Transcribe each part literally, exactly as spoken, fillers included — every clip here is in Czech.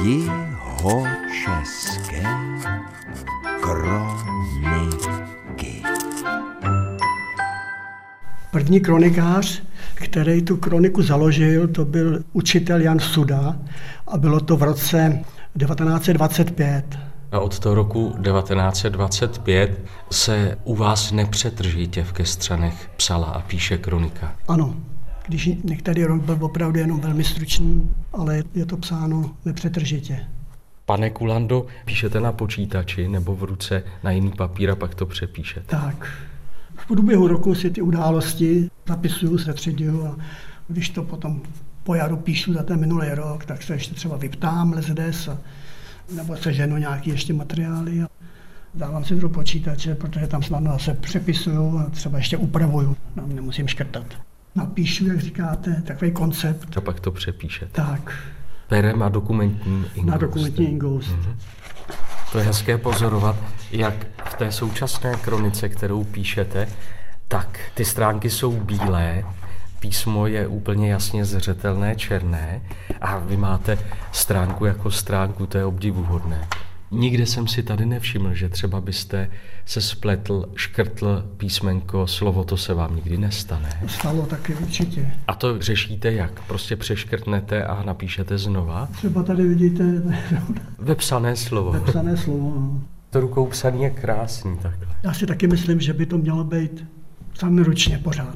Jihočeské kroniky. První kronikář, který tu kroniku založil, to byl učitel Jan Suda a bylo to v roce devatenáct set dvacet pět. A od toho roku devatenáct set dvacet pět se u vás nepřetržitě v Kestřanech psala a píše kronika. Ano, když některý rok byl opravdu jenom velmi stručný, ale je to psáno nepřetržitě. Pane Kulando, píšete na počítači nebo v ruce na jiný papír a pak to přepíšete? Tak. V průběhu roku si ty události zapisuju, setřiďuju a když to potom po jaru píšu za ten minulý rok, tak se ještě třeba vyptám lezdes a nebo seženu nějaký ještě materiály a dávám si to do počítače, protože tam snadno se přepisuju a třeba ještě upravuju. No, nemusím škrtat. Napíšu, jak říkáte, takový koncept. A pak to přepíšete. Tak. Perem a dokumentním ingoustem. Na dokumentní ingoust. Mm-hmm. To je hezké pozorovat, jak v té současné kronice, kterou píšete, tak ty stránky jsou bílé, písmo je úplně jasně zřetelné, černé a vy máte stránku jako stránku, to je obdivuhodné. Nikde jsem si tady nevšiml, že třeba byste se spletl, škrtl písmenko, slovo, to se vám nikdy nestane. Stalo taky určitě. A to řešíte jak? Prostě přeškrtnete a napíšete znova? Třeba tady vidíte vepsané slovo. Vepsané slovo, no. To rukou psaný je krásný takhle. Já si taky myslím, že by to mělo být sami ručně pořád.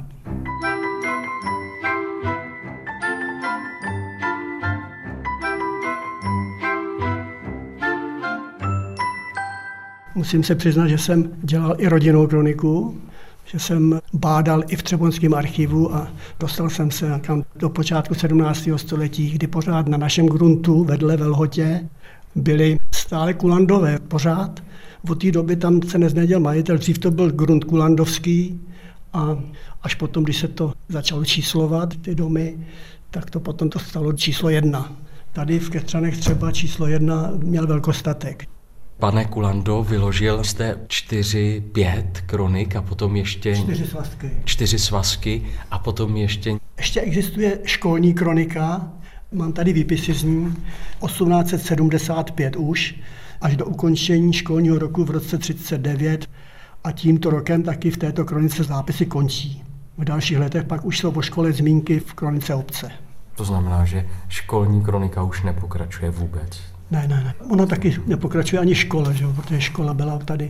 Musím se přiznat, že jsem dělal i rodinnou kroniku, že jsem bádal i v Třeboňském archivu a dostal jsem se do počátku sedmnáctého století, kdy pořád na našem gruntu vedle ve Lhotě byli stále Kulandové pořád. Od té doby tam se nezměnil majitel, dřív to byl grunt kulandovský a až potom, když se to začalo číslovat, ty domy, tak to potom to stalo číslo jedna. Tady v Kestřanech třeba číslo jedna měl velkostatek. Pane Kulando, vyložil jste čtyři, pět kronik a potom ještě... Čtyři svazky. Čtyři svazky a potom ještě... Ještě existuje školní kronika, mám tady výpisy z ní, osmnáct set sedmdesát pět už, až do ukončení školního roku v roce třicet devět a tímto rokem taky v této kronice zápisy končí. V dalších letech pak už jsou o škole zmínky v kronice obce. To znamená, že školní kronika už nepokračuje vůbec? Ne, ne, ne. Ona taky nepokračuje ani škola, že? Protože škola byla tady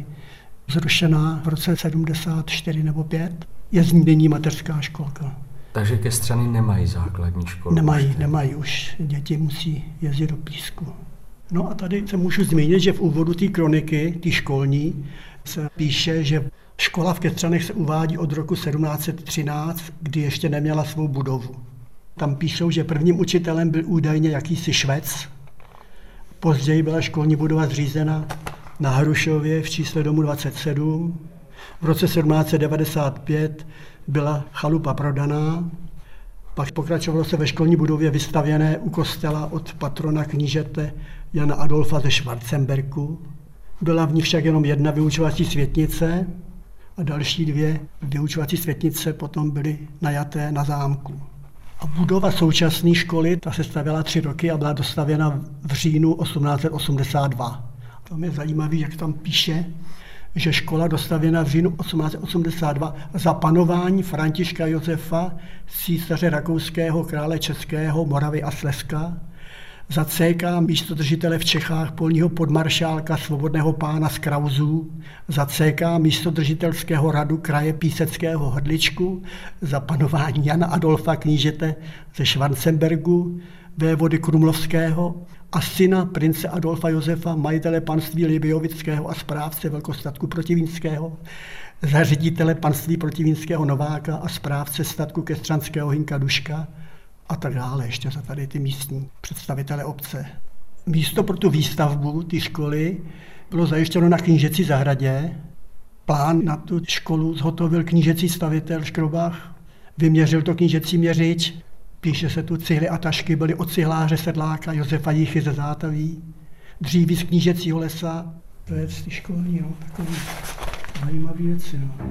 zrušená v roce sedmdesát čtyři nebo pět. Je z ní nyní mateřská školka. Takže Kestřany nemají základní školu? Nemají, už nemají už. Děti musí jezdit do Písku. No a tady se můžu zmínit, že v úvodu té kroniky, té školní, se píše, že škola v Kestřanech se uvádí od roku sedmnáct set třináct, kdy ještě neměla svou budovu. Tam píšou, že prvním učitelem byl údajně jakýsi Švec. Později byla školní budova zřízena na Hrušově v čísle domu dvacet sedm. V roce sedmnáct set devadesát pět byla chalupa prodaná. Pak pokračovalo se ve školní budově vystavěné u kostela od patrona knížete Jana Adolfa ze Schwarzenberku. Byla v ní však jenom jedna vyučovací světnice a další dvě vyučovací světnice potom byly najaté na zámku. A budova současné školy, ta se stavěla tři roky a byla dostavěna v říjnu osmnáct set osmdesát dva. To je zajímavé, jak tam píše, že škola dostavěna v říjnu osmnáct set osmdesát dva za panování Františka Josefa, císaře rakouského, krále českého, Moravy a Slezska, za C K místodržitele v Čechách polního podmaršálka svobodného pána z Krauzů, za C K místodržitelského radu kraje Píseckého Hrdličku, za panování Jana Adolfa knížete ze Schwarzenbergu, vévody Krumlovského a syna prince Adolfa Josefa, majitele panství Libijovického a správce velkostatku protivínského, za ředitele panství protivínského Nováka a správce statku kestřanského Hynka Duška, a tak dále, ještě za tady ty místní představitele obce. Místo pro tu výstavbu té školy bylo zajištěno na knížecí zahradě. Plán na tu školu zhotovil knížecí stavitel Škrobach, vyměřil to knížecí měřič, píše se tu cihly a tašky byly od cihláře sedláka Josefa Jíchy ze Zátaví, dříví z knížecího lesa, to je z té školní, no, takový zajímavý věci. No.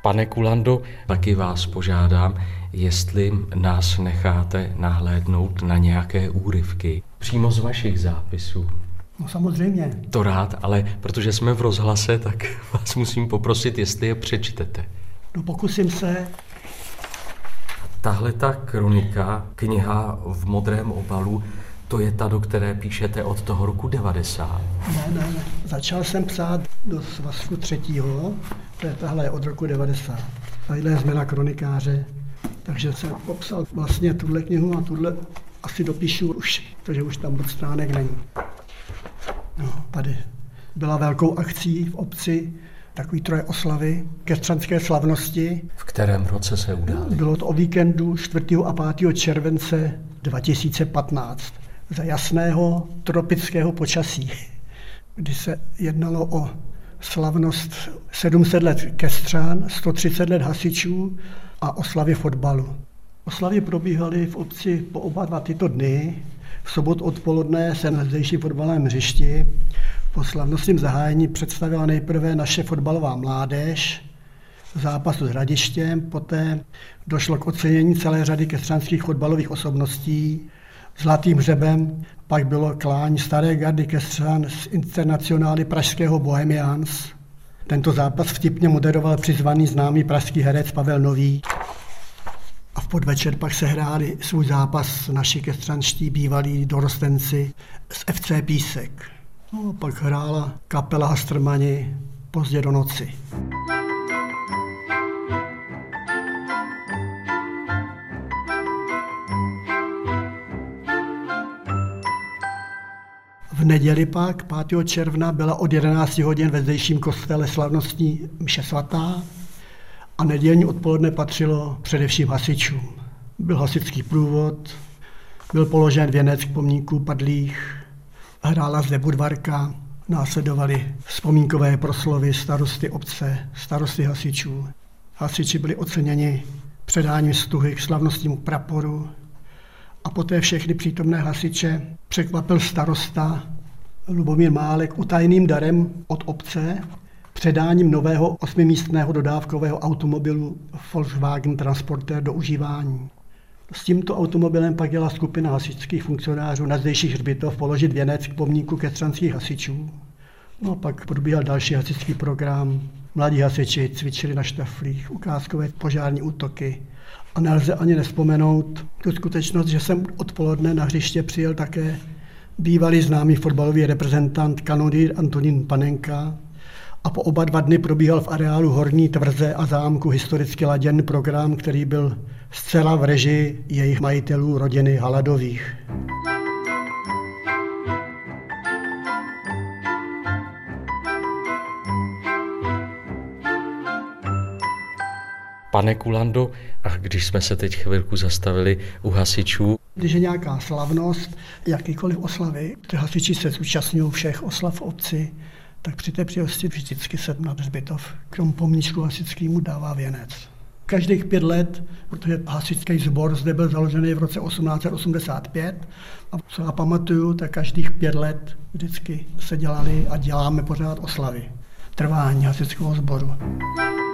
Pane Kulando, taky vás požádám, jestli nás necháte nahlédnout na nějaké úryvky přímo z vašich zápisů. No samozřejmě. To rád, ale protože jsme v rozhlase, tak vás musím poprosit, jestli je přečtete. No pokusím se. Tahle ta kronika, kniha v modrém obalu, to je ta, do které píšete od toho roku devadesát. Ne, ne, ne. Začal jsem psát do svazku třetího, to je tahle od roku devadesát. Tahle je změna kronikáře, takže jsem popsal vlastně tuhle knihu a tuhle asi dopíšu už, protože už tam moc stránek není. No, tady byla velkou akcí v obci, takový troje oslavy kestřanské slavnosti. V kterém roce se udály? Bylo to o víkendu čtvrtého a pátého července dva tisíce patnáct. Za jasného tropického počasí, kdy se jednalo o slavnost sedm set let Kestřan, sto třicet let hasičů a oslavy fotbalu. Oslavy probíhaly v obci po oba dva tyto dny. V sobotu odpoledne se na zdejším fotbalovém hřišti po slavnostním zahájení představila nejprve naše fotbalová mládež zápasu s Hradištěm, poté došlo k ocenění celé řady kestřanských fotbalových osobností. Zlatým hřebem pak bylo klání staré gardy Kestřan z internacionály pražského Bohemians. Tento zápas vtipně moderoval přizvaný známý pražský herec Pavel Nový. A v podvečer pak se hráli svůj zápas naši kestřanští bývalí dorostenci z F C Písek. No, pak hrála kapela Hastrmani pozdě do noci. V neděli pak, pátého června, byla od jedenácti hodin ve zdejším kostele slavnostní mše svatá a nedělní odpoledne patřilo především hasičům. Byl hasičský průvod, byl položen věnec k pomníku padlých, hrála zde budvarka, následovaly vzpomínkové proslovy starosty obce, starosty hasičů. Hasiči byli oceněni předáním stuhy k slavnostnímu praporu a poté všechny přítomné hasiče překvapil starosta Lubomír Málek utajným darem od obce, předáním nového osmimístného dodávkového automobilu Volkswagen Transporter do užívání. S tímto automobilem pak jela skupina hasičských funkcionářů na zdejších hřbitov položit věnec k pomníku kestřanských hasičů. No a pak probíhal další hasičský program. Mladí hasiči cvičili na štaflích, ukázkové požární útoky. A nelze ani nevzpomenout tu skutečnost, že jsem odpoledne na hřiště přijel také bývalý známý fotbalový reprezentant kanonýr Antonín Panenka a po oba dva dny probíhal v areálu Horní tvrze a zámku historicky laděný program, který byl zcela v režii jejich majitelů rodiny Haladových. Pane Kulando, a když jsme se teď chvilku zastavili u hasičů. Když je nějaká slavnost, jakýkoliv oslavy, ty hasiči se zúčastňují všech oslav v obci, tak při té příležitosti vždycky se na hřbitov k tomu pomníčku hasičskému dává věnec. Každých pět let, protože hasičský sbor zde byl založený v roce osmnáct set osmdesát pět a co já pamatuju, tak každých pět let vždycky se dělali a děláme pořád oslavy trvání hasičského sboru.